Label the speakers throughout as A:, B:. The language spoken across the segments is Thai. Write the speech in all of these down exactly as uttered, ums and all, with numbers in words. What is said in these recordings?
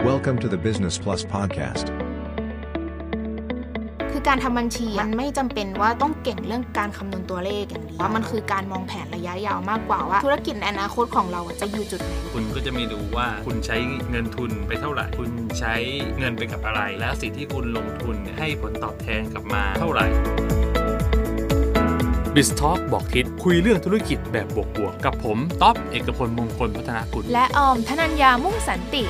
A: Welcome to the Business Plus podcast.
B: คือการทำบัญชีมันไม่จำเป็นว่าต้องเก่งเรื่องการคำนวณตัวเลขอย่างเดียวมันคือการมองแผนระยะยาวมากกว่าว่าธุรกิจในอนาคตของเราจะอยู่จุดไหน
C: คุณก็จะมีดูว่าคุณใช้เงินทุนไปเท่าไหร่คุณใช้เงินไปกับอะไรและสิ่งที่คุณลงทุนให้ผลตอบแทนกลับมาเท่าไหร่ BizTalk บอกทิศคุยเรื่องธุรกิจแบบบวกๆกับผมต๊อบเอกพลมงคลพัฒนากุล
B: และออมธนัญญามุ่งสันติ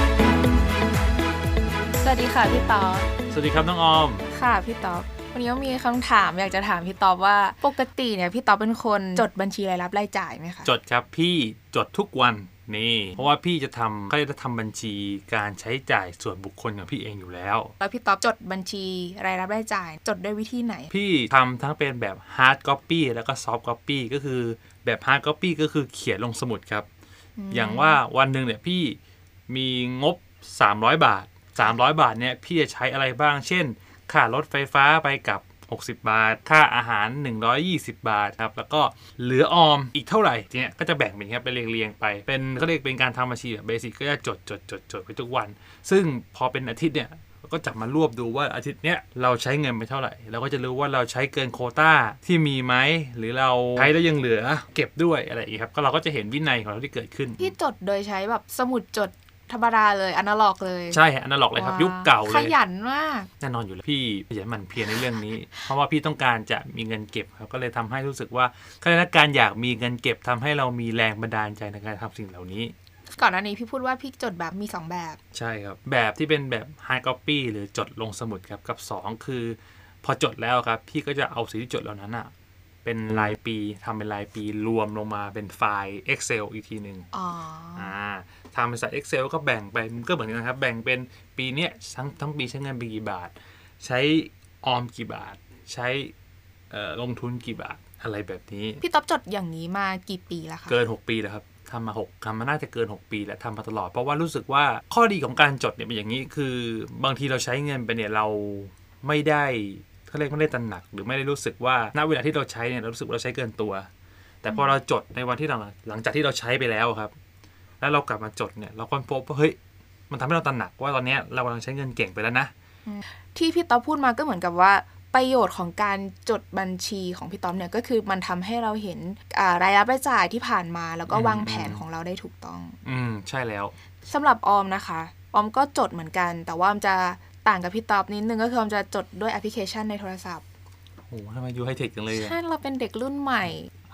B: สวัสดีค่ะพี่ต๊อบ
C: สวัสดีครับน้องออม
B: ค่ะพี่ต๊อบวันนี้มีคำถามอยากจะถามพี่ต๊อบว่าปกติเนี่ยพี่ต๊อบเป็นคนจดบัญชีรายรับรายจ่ายไหมคะ
C: จดครับพี่จดทุกวันนี่เพราะว่าพี่จะทำเขาจะทำบัญชีการใช้จ่ายส่วนบุคคลของพี่เองอยู่แล้ว
B: แล้วพี่ต๊อบจดบัญชีรายรับรายจ่ายจดด้วยวิธีไหน
C: พี่ทำทั้งเป็นแบบ hard copy แล้วก็ soft copy ก็คือแบบ hard copy ก็คือเขียนลงสมุดครับ อ, อย่างว่าวันนึงเนี่ยพี่มีงบสามร้อยบาทสามร้อยบาทเนี่ยพี่จะใช้อะไรบ้างเช่นค่ารถไฟฟ้าไปกับหกสิบบาทค่าอาหารหนึ่งร้อยยี่สิบบาทครับแล้วก็เหลือออมอีกเท่าไหร่เนี่ยก็จะแบ่งเป็นครับไปเรียงๆไปเป็นเขาเรียกเป็นการทำบัญชีแบบเบสิกก็จะจดจดจดจดไปทุกวันซึ่งพอเป็นอาทิตย์เนี่ยก็จับมารวบดูว่าอาทิตย์เนี้ยเราใช้เงินไปเท่าไหร่เราก็จะรู้ว่าเราใช้เกินโควต้าที่มีไหมหรือเราใช้แล้วยังเหลือเก็บด้วยอะไรอย่างนี้ครับก็เราก็จะเห็นวินัยของเราที่เกิดขึ้น
B: ที่จดโดยใช้แบบสมุดจดธรรมดาเลยอนาล็อกเลย
C: ใช่อนาล็อกเลยครับยุคเก่าเลย
B: ขยันมาก
C: แน่นอนอยู่แล้วพี่ขยันหมั่นเพียรในเรื่องนี้ เพราะว่าพี่ต้องการจะมีเงินเก็บครับก็เลยทำให้รู้สึกว่าการอยากมีเงินเก็บทำให้เรามีแรงบันดาลใจในการทำสิ่งเหล่านี้
B: ก่อนหน้านี้พี่พูดว่าพี่จดแบบมีสองแบบ
C: ใช่ครับแบบที่เป็นแบบ hard copy หรือจดลงสมุดครับกับสองคือพอจดแล้วครับพี่ก็จะเอาสิ่งที่จดเหล่านั้นอะเป็นรายปีทำเป็นรายปีรวมลงมาเป็นไฟล์ Excel อีกทีนึง
B: อ๋อ
C: อ่าทำเป็นใส่ Excel ก็แบ่งไปมันก็เหมือนกันครับแบ่งเป็นปีเนี้ยทั้งทั้งปีใช้เงินไปกี่บาทใช้ออมกี่บาทใช้เอ่อลงทุนกี่บาทอะไรแบบนี้
B: พี่ต๊อบจดอย่างนี้มากี่ปีแล้วคะ
C: เกินหกปีแล้วครับทำมาหกทำมาน่าจะเกินหกปีแล้วทำมาตลอดเพราะว่ารู้สึกว่าข้อดีของการจดเนี่ยเป็นอย่างนี้คือบางทีเราใช้เงินไปเนี่ยเราไม่ได้เขาเรียกไม่ได้ตระหนักหรือไม่ได้รู้สึกว่าณเวลาที่เราใช้เนี่ยเรารู้สึกว่าเราใช้เกินตัวแต่พอเราจดในวันที่หลังหลังจากที่เราใช้ไปแล้วครับแล้วเรากลับมาจดเนี่ยเราค้นพบว่าเฮ้ยมันทำให้เราตระหนักว่าตอนนี้เรากำลังใช้เงินเก่งไปแล้วนะ
B: ที่พี่ต๊อบพูดมาก็เหมือนกับว่าประโยชน์ของการจดบัญชีของพี่ต๊อบเนี่ยก็คือมันทำให้เราเห็นรายรับรายจ่ายที่ผ่านมาแล้วก็วางแผนของเราได้ถูกต้อง
C: อืมใช่แล้ว
B: สำหรับออมนะคะออมก็จดเหมือนกันแต่ว่าออมจะต่างกับพี่ต๊อบนิดนึงก็คือออมจะจดด้วยแอปพลิเคชันในโทรศัพท์
C: โอ้โหทำไมยูไฮเทคจังเลยอ่ะ
B: ใช่เราเป็นเด็กรุ่นใหม่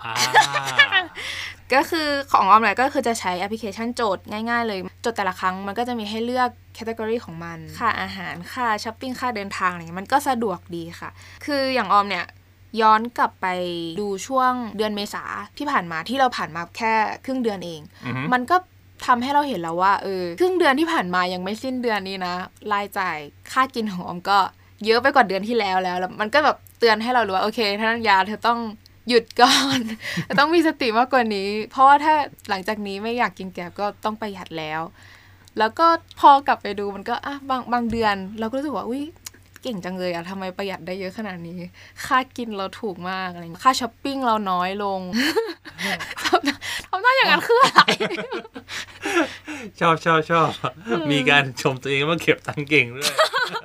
B: ก็คือของออมเนี่ยก็คือจะใช้แอปพลิเคชันโจทย์ง่ายๆเลยจดแต่ละครั้งมันก็จะมีให้เลือกแคตตากรีของมันค่าอาหารค่าช้อปปิ้งค่าเดินทางอะไรเงี้ยมันก็สะดวกดีค่ะคืออย่างออมเนี่ยย้อนกลับไปดูช่วงเดือนเมษาที่ผ่านมาที่เราผ่านมาแค่ครึ่งเดือนเอง
C: uh-huh.
B: มันก็ทำให้เราเห็นแล้วว่าเออครึ่งเดือนที่ผ่านมายังไม่สิ้นเดือนนี้นะรายจ่ายค่ากินของออมก็เยอะไปกว่าเดือนที่แล้วแล้วแล้วมันก็แบบเตือนให้เรารู้ว่าโอเคธนัญญาเธอต้องหยุดก่อนต้องมีสติมากกว่านี้เพราะว่าถ้าหลังจากนี้ไม่อยากกินแกลบก็ต้องประหยัดแล้วแล้วก็พอกลับไปดูมันก็อ่ะบางบางเดือนเราก็รู้สึกว่าอุ๊ยเก่งจังเลยอะทำไมประหยัดได้เยอะขนาดนี้ค่ากินเราถูกมากอะไรค่าช้อปปิ้งเราน้อยลงทำได้อย่างนั้นคืออะไร
C: ชอบชอบชอบมีการชมตัวเองว่าเก็บตังค์เก่งด้วย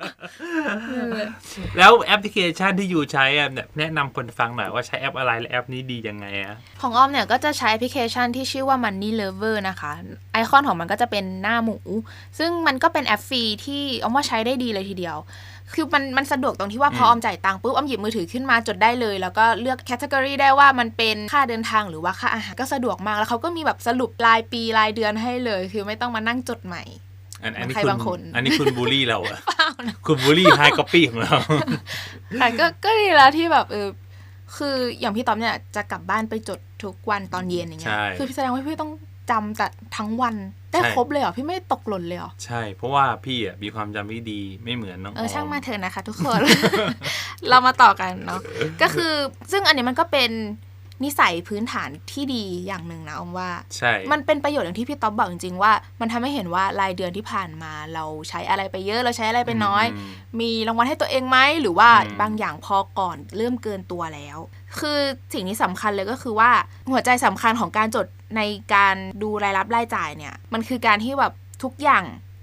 C: แล้วแอปพลิเคชันที่อยู่ใช้อ่ะแนะนำคนฟังหน่อยว่าใช้แอปอะไรและแอปนี้ดียังไงอ่ะ
B: ของอ้อมเนี่ยก็จะใช้แอปพลิเคชันที่ชื่อว่า Money Lover นะคะไอคอนของมันก็จะเป็นหน้าหมูซึ่งมันก็เป็นแอปฟรีที่อ้อมว่าใช้ได้ดีเลยทีเดียวคือมันมันสะดวกตรงที่ว่าพออ้อมจ่ายตังค์ปุ๊บอ้อมหยิบมือถือขึ้นมาจดได้เลยแล้วก็เลือกแคตตากรีได้ว่ามันเป็นค่าเดินทางหรือว่าค่าอาหารก็สะดวกมากแล้วเขาก็มีแบบสรุปรายปีรายเดือนให้เลยคือไม่ต้องมานั่งจดใหม่
C: อันนี้คุณอันนี้คุณบูลลี่เราอะคุณบูลลี่ไฮก๊อปปี้ของเรา
B: ค่ะก็ก็ดีแล้วที่แบบเออคืออย่างพี่ต๊อบเนี่ยจะกลับบ้านไปจดทุกวันตอนเย็นอย่างเงี้ยคือพี่แสดงว่าพี่ต้องจำแต่ทั้งวันได้ครบเลยเหรอพี่ไม่ตกหล่นเลยเหรอ
C: ใช่เพราะว่าพี่อ่ะมีความจำที่ดีไม่เหมือนน้อง
B: เออช่างมาเถอะนะคะทุกคน เรามาต่อกันเนาะก็คือซึ่งอันนี้มันก็เป็นนิสัยพื้นฐานที่ดีอย่างหนึ่งนะอมว่า
C: ใช่
B: มันเป็นประโยชน์อย่างที่พี่ต๊อบบอกจริงๆว่ามันทำให้เห็นว่ารายเดือนที่ผ่านมาเราใช้อะไรไปเยอะเราใช้อะไรไปน้อยมีรางวัลให้ตัวเองไหมหรือว่าบางอย่างพอก่อนเริ่มเกินตัวแล้วคือสิ่งที่สำคัญเลยก็คือว่าหัวใจสำคัญของการจดในการดูรายรับรายจ่ายเนี่ยมันคือการที่แบบทุกอย่าง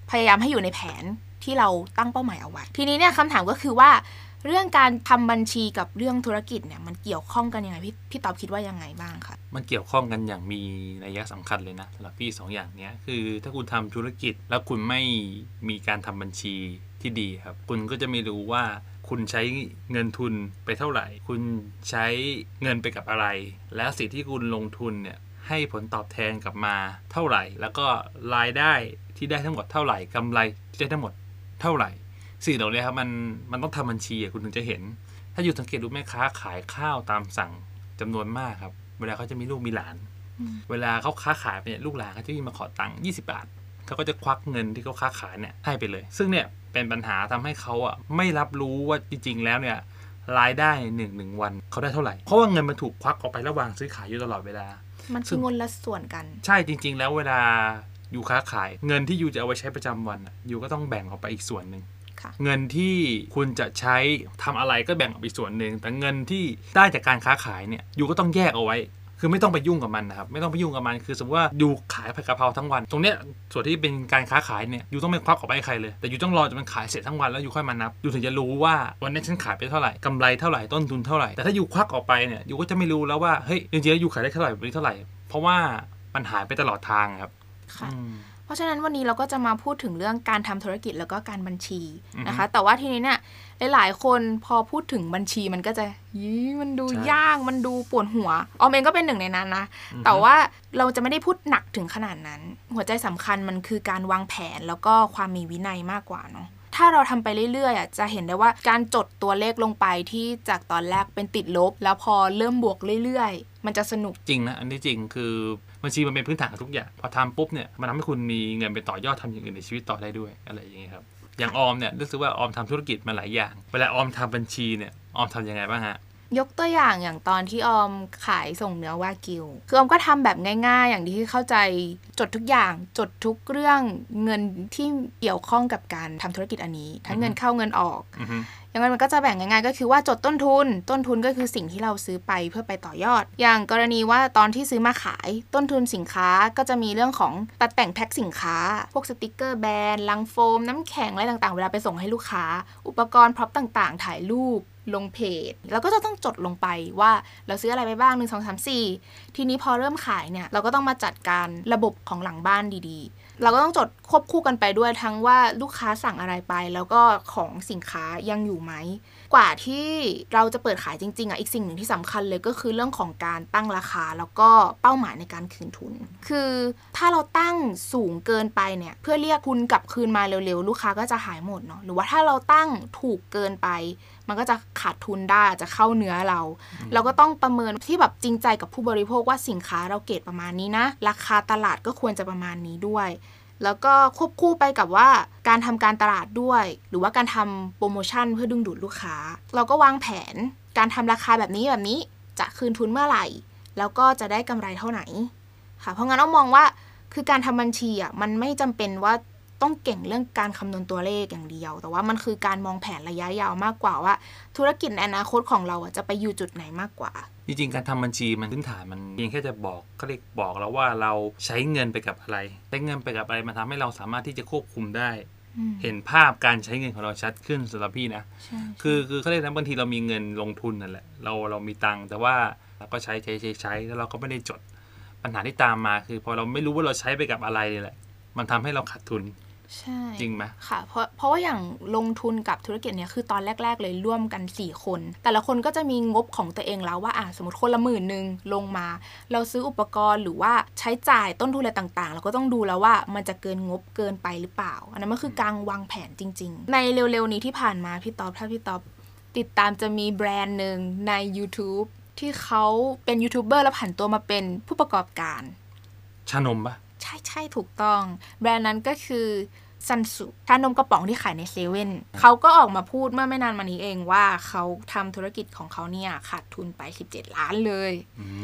B: พยายามให้อยู่ในแผนที่เราตั้งเป้าหมายเอาไว้ทีนี้เนี่ยคำถามก็คือว่าเรื่องการทำบัญชีกับเรื่องธุรกิจเนี่ยมันเกี่ยวข้องกันยังไงพี่พี่ตอบคิดว่ายังไงบ้างคะ
C: มันเกี่ยวข้องกันอย่างมีนัยสำคัญเลยนะสำหรับพี่สองอย่างนี้คือถ้าคุณทำธุรกิจแล้วคุณไม่มีการทำบัญชีที่ดีครับคุณก็จะไม่รู้ว่าคุณใช้เงินทุนไปเท่าไหร่คุณใช้เงินไปกับอะไรแล้วสิ่งที่คุณลงทุนเนี่ยให้ผลตอบแทนกลับมาเท่าไหร่แล้วก็รายได้ที่ได้ทั้งหมดเท่าไหร่กำไรที่ได้ทั้งหมดเท่าไหร่สิ่งเหล่านี้ครับมันมันต้องทำบัญชีคุณถึงจะเห็นถ้าอยู่สังเกตดูแม่ค้าขายข้าวตามสั่งจำนวนมากครับเวลาเขาจะมีลูกมีหลานเวลาเขาค้าขายไปเนี่ยลูกหลานเขาจะมาขอตังค์ยี่สิบบาทเขาก็จะควักเงินที่เขาค้าขายเนี่ยให้ไปเลยซึ่งเนี่ยเป็นปัญหาทำให้เขาอ่ะไม่รับรู้ว่าจริงๆแล้วเนี่ยรายได้หนึ่งหนึ่งวันเขาได้เท่าไหร่เพราะว่าเงินมันถูกควักออกไประหว่างซื้อขายอยู่ตลอดเวลา
B: มันคือเงินละส่วนกัน
C: ใช่จริงๆแล้วเวลาอยู่ค้าขายเงินที่อยู่จะเอาไว้ใช้ประจำวันอยู่ก็ต้องแบ่งออกไปอีกส่วนนึงเงินที่คุณจะใช้ทำอะไรก็แบ่งออกไปส่วนนึงแต่เงินที่ได้จากการค้าขายเนี่ยอยู่ก็ต้องแยกเอาไว้คือไม่ต้องไปยุ่งกับมันนะครับไม่ต้องไปยุ่งกับมันคือสมมติว่าอยู่ขายผัดกะเพราทั้งวันตรงเนี้ยส่วนที่เป็นการค้าขายเนี่ยอยู่ต้องไม่ควักออกไปให้ใครเลยแต่อยู่ต้องรอจนมันขายเสร็จทั้งวันแล้วอยู่ค่อยมานับอยู่ถึงจะรู้ว่าวันนี้ฉันขายไปเท่าไหร่กำไรเท่าไหร่ต้นทุนเท่าไหร่แต่ถ้าอยู่ควักออกไปเนี่ยอยู่ก็จะไม่รู้แล้วว่าเฮ้ยจริงๆแล้วอยู่ขายได้เท่าไหร่วันนี้เท่าไหร่เพราะว่ามันหายไปตลอดทางครับ
B: ค่ะเพราะฉะนั้นวันนี้เราก็จะมาพูดถึงเรื่องการทำธุรกิจแล้วก็การบัญชีนะคะแต่ว่าทีนี้เนี่ยหลายๆคนพอพูดถึงบัญชีมันก็จะยี่มันดูยากมันดูปวดหัวออมเองก็เป็นหนึ่งในนั้นนะแต่ว่าเราจะไม่ได้พูดหนักถึงขนาดนั้นหัวใจสำคัญมันคือการวางแผนแล้วก็ความมีวินัยมากกว่าเนาะถ้าเราทำไปเรื่อยๆจะเห็นได้ว่าการจดตัวเลขลงไปที่จากตอนแรกเป็นติดลบแล้วพอเริ่มบวกเรื่อยๆมันจะสนุก
C: จริงนะอันนี้จริงคือบัญชีมันเป็นพื้นฐานของทุกอย่างพอทำปุ๊บเนี่ยมันทำให้คุณมีเงินไปต่อยอดทำอย่างอื่นในชีวิตต่อได้ด้วยอะไรอย่างเงี้ยครับอย่างออมเนี่ยรู้สึกว่าออมทำธุรกิจมาหลายอย่างเวลาออมทำบัญชีเนี่ยออมทำยังไงบ้างฮะ
B: ยกตัวอย่างอย่างตอนที่ออมขายส่งเนื้อวากิวคือออมก็ทำแบบง่ายๆอย่างที่เข้าใจจดทุกอย่างจดทุกเรื่องเงินที่เกี่ยวข้องกับการทำธุรกิจอันนี้ทั้งเงินเข้าเงินออกอย่างนั้นมันก็จะแบ่งง่ายๆก็คือว่าจดต้นทุนต้นทุนก็คือสิ่งที่เราซื้อไปเพื่อไปต่อยอดอย่างกรณีว่าตอนที่ซื้อมาขายต้นทุนสินค้าก็จะมีเรื่องของตัดแต่งแพ็คสินค้าพวกสติกเกอร์แบรนด์ลังโฟมน้ำแข็งอะไรต่างๆเวลาไปส่งให้ลูกค้าอุปกรณ์พร็อพต่างๆถ่ายรูปลงเพจเราก็จะต้องจดลงไปว่าเราซื้ออะไรไปบ้างหนึ่ง สอง สาม สี่ทีนี้พอเริ่มขายเนี่ยเราก็ต้องมาจัดการระบบของหลังบ้านดีๆเราก็ต้องจดควบคู่กันไปด้วยทั้งว่าลูกค้าสั่งอะไรไปแล้วก็ของสินค้ายังอยู่ไหมกว่าที่เราจะเปิดขายจริงๆอ่ะอีกสิ่งหนึ่งที่สำคัญเลยก็คือเรื่องของการตั้งราคาแล้วก็เป้าหมายในการคืนทุนคือถ้าเราตั้งสูงเกินไปเนี่ยเพื่อเรียกทุนกลับคืนมาเร็วๆลูกค้าก็จะหายหมดเนาะหรือว่าถ้าเราตั้งถูกเกินไปมันก็จะขาดทุนได้จะเข้าเนื้อเราเราก็ต้องประเมินที่แบบจริงใจกับผู้บริโภคว่าสินค้าเราเกรดประมาณนี้นะราคาตลาดก็ควรจะประมาณนี้ด้วยแล้วก็ควบคู่ไปกับว่าการทำการตลาดด้วยหรือว่าการทำโปรโมชั่นเพื่อดึงดูดลูกค้าเราก็วางแผนการทำราคาแบบนี้แบบนี้จะคืนทุนเมื่อไหร่แล้วก็จะได้กำไรเท่าไหร่ค่ะเพราะงั้นเรามองว่าคือการทำบัญชีอ่ะมันไม่จำเป็นว่าต้องเก่งเรื่องการคำนวณตัวเลขอย่างเดียวแต่ว่ามันคือการมองแผนระยะยาวมากกว่าว่าธุรกิจในอนาคตของเราอ่ะจะไปอยู่จุดไหนมากกว่า
C: จริงๆการทำบัญชีมันพื้นฐานมันเพียงแค่จะบอกเขาเรียกบอกแล้วว่าเราใช้เงินไปกับอะไรใช้เงินไปกับอะไรมันทำให้เราสามารถที่จะควบคุมได้เห็นภาพการใช้เงินของเราชัดขึ้นสำหรับพี่นะคือคือเขาเรียกนะบางทีเรามีเงินลงทุนนั่นแหละเราเรามีตังค์แต่ว่าเราก็ใช้ใช้ใช้ใช้แล้วเราก็ไม่ได้จดปัญหาที่ตามมาคือพอเราไม่รู้ว่าเราใช้ไปกับอะไรนี่แหละมันทำให้เราขาดทุน
B: ใช่
C: จริงไหม
B: ค่ะเพราะเพราะว่าอย่างลงทุนกับธุรกิจเนี้ยคือตอนแรกๆเลยร่วมกันสี่คนแต่ละคนก็จะมีงบของตัวเองแล้วว่าอ่ะสมมติคนละหมื่นนึงลงมาเราซื้ออุปกรณ์หรือว่าใช้จ่ายต้นทุนอะไรต่างๆเราก็ต้องดูแล้วว่ามันจะเกินงบเกินไปหรือเปล่าอันนั้นมันคือการวางแผนจริงๆในเร็วๆนี้ที่ผ่านมาพี่ต๊อบถ้าพี่ต๊อบติดตามจะมีแบรนด์นึงใน YouTube ที่เขาเป็นยูทูบเบอร์แล้วผันตัวมาเป็นผู้ประกอบการ
C: ชานมปะ
B: ใช่ๆถูกต้องแบรนด์นั้นก็คือซันสุชานมกระป๋องที่ขายในเซเว่นเขาก็ออกมาพูดเมื่อไม่นานมานี้เองว่าเขาทำธุรกิจของเขาเนี่ยขาดทุนไปสิบเจ็ดล้านเลย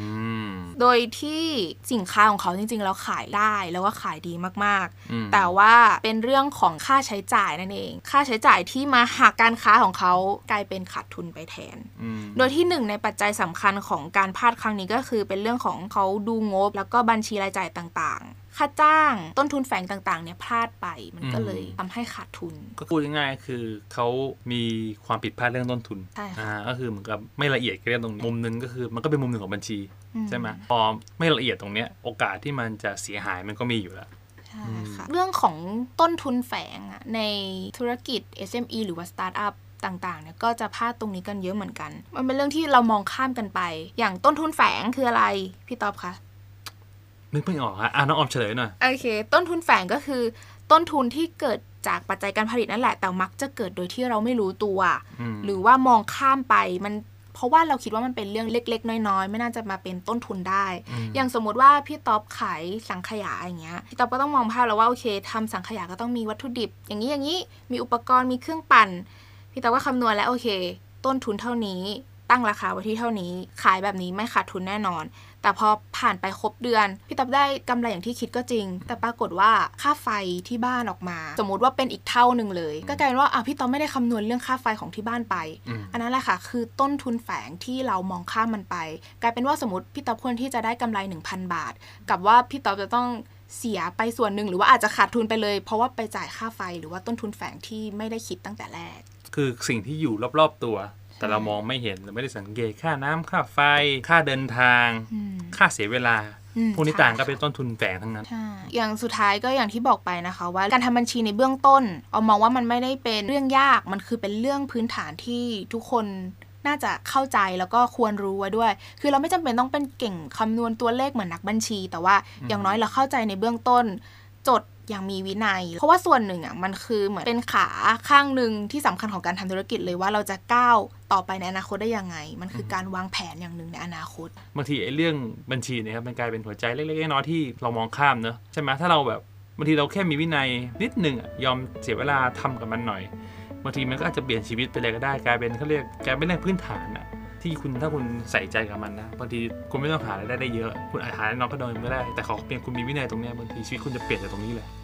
B: โดยที่สินค้าของเขาจริงๆแล้วขายได้แล้วก็ขายดีมากๆแต่ว่าเป็นเรื่องของค่าใช้จ่ายนั่นเองค่าใช้จ่ายที่มาหักการค้าของเขากลายเป็นขาดทุนไปแทนโดยที่หนึ่งในปัจจัยสำคัญของการพลาดครั้งนี้ก็คือเป็นเรื่องของเขาดูงบแล้วก็บัญชีรายจ่ายต่างๆค่าจ้างต้นทุนแฝงต่างๆเนี่ยพลาดไปมันก็เลยทำให้ขาดทุน
C: ก็พูดง่ายๆคือเขามีความผิดพลาดเรื่องต้นทุนอ่าก็คือเหมือนกับไม่ละเอียดเรื่องตรงมุมนึงก็คือมันก็เป็นมุมหนึ่งของบัญชีใช่ไหมพอไม่ละเอียดตรงเนี้ยโอกาสที่มันจะเสียหายมันก็มีอยู่แล้ว
B: ใช่ค่ะเรื่องของต้นทุนแฝงในธุรกิจ เอส เอ็ม อี หรือว่าสตาร์ทอัพต่างๆเนี่ยก็จะพลาดตรงนี้กันเยอะเหมือนกันมันเป็นเรื่องที่เรามองข้ามกันไปอย่างต้นทุนแฝงคืออะไรพี่ต๊อบคะ
C: นึกไม่ออกอ่ะน้องออมเฉลยหน่อย
B: โอเคต้นทุนแฝงก็คือต้นทุนที่เกิดจากปัจจัยการผลิตนั่นแหละแต่มักจะเกิดโดยที่เราไม่รู้ตัวหรือว่ามองข้ามไปมันเพราะว่าเราคิดว่ามันเป็นเรื่องเล็กๆน้อยๆไม่น่าจะมาเป็นต้นทุนได้อย่างสมมติว่าพี่ต๊อบขายสังขยาอย่างเงี้ยพี่ต๊อบก็ต้องมองภาพแล้วว่าโอเคทำสังขยาก็ต้องมีวัตถุดิบอย่างนี้อย่างนี้มีอุปกรณ์มีเครื่องปั่นพี่ต๊อบก็คำนวณแล้วโอเคต้นทุนเท่านี้ตั้งราคาไว้ที่เท่านี้ขายแบบนี้ไม่ขาดทุนแน่นอนแต่พอผ่านไปครบเดือนพี่ต๊อบได้กำไรอย่างที่คิดก็จริงแต่ปรากฏว่าค่าไฟที่บ้านออกมาสมมุติว่าเป็นอีกเท่านึงเลยก็กลายเป็นว่าอ่ะพี่ต๊อบไม่ได้คำนวณเรื่องค่าไฟของที่บ้านไป อ, อันนั้นแหละค่ะคือต้นทุนแฝงที่เรามองข้ามมันไปกลายเป็นว่าสมมติพี่ต๊อบควรที่จะได้กำไร หนึ่งพัน บาทกับว่าพี่ต๊อบจะต้องเสียไปส่วนหนึ่งหรือว่าอาจจะขาดทุนไปเลยเพราะว่าไปจ่ายค่าไฟหรือว่าต้นทุนแฝงที่ไม่ได้คิดตั้งแต่แรก
C: คือสิ่งที่อยู่รอบๆตัวแต่เรามองไม่เห็นเราไม่ได้สังเกตค่าน้ำค่าไฟค่าเดินทางค่าเสียเวลาพวกนี้ต่างก็เป็นต้นทุนแฝงทั้งนั้น
B: อย่างสุดท้ายก็อย่างที่บอกไปนะคะว่าการทำบัญชีในเบื้องต้นเอามองว่ามันไม่ได้เป็นเรื่องยากมันคือเป็นเรื่องพื้นฐานที่ทุกคนน่าจะเข้าใจแล้วก็ควรรู้ไว้ด้วยคือเราไม่จำเป็นต้องเป็นเก่งคำนวณตัวเลขเหมือนนักบัญชีแต่ว่าอย่างน้อยเราเข้าใจในเบื้องต้นจดอย่างมีวินัยเพราะว่าส่วนหนึ่งอ่ะมันคือเหมือนเป็นขาข้างหนึ่งที่สำคัญของการทำธุรกิจเลยว่าเราจะก้าวต่อไปในอนาคตได้ยังไงมันคือการวางแผนอย่างหนึ่งในอนาคต
C: บางทีไอ้เรื่องบัญชีเนี่ยครับมันกลายเป็นหัวใจเล็กๆน้อยๆที่เรามองข้ามเนอะใช่ไหมถ้าเราแบบบางทีเราแค่มีวินัยนิดนึงอ่ะยอมเสียเวลาทำกับมันหน่อยบางทีมันก็อาจจะเปลี่ยนชีวิตไปเลยก็ได้กลายเป็นเขาเรียกกลายเป็นเรื่องพื้นฐานอ่ะที่คุณถ้าคุณใส่ใจกับมันนะบางทีคุณไม่ต้องหารายได้ได้เยอะคุณอาจหาน้อยก็น้อยก็ได้แต่ขอเพียงคุณมีวินัยตรงนี้บางทีชีวิตคุณจะเปลี่ยนจากตรงนี้เลย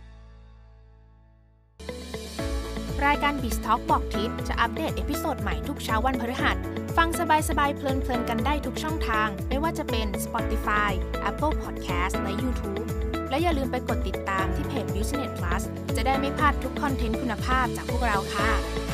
B: รายการ BizTalk บอกทิปจะอัปเดตเอพิโซดใหม่ทุกเช้าวันพฤหัสฟังสบายๆเพลินๆกันได้ทุกช่องทางไม่ว่าจะเป็น Spotify, Apple Podcast และ YouTube และอย่าลืมไปกดติดตามที่เพจ Business Plus จะได้ไม่พลาดทุกคอนเทนต์คุณภาพจากพวกเราค่ะ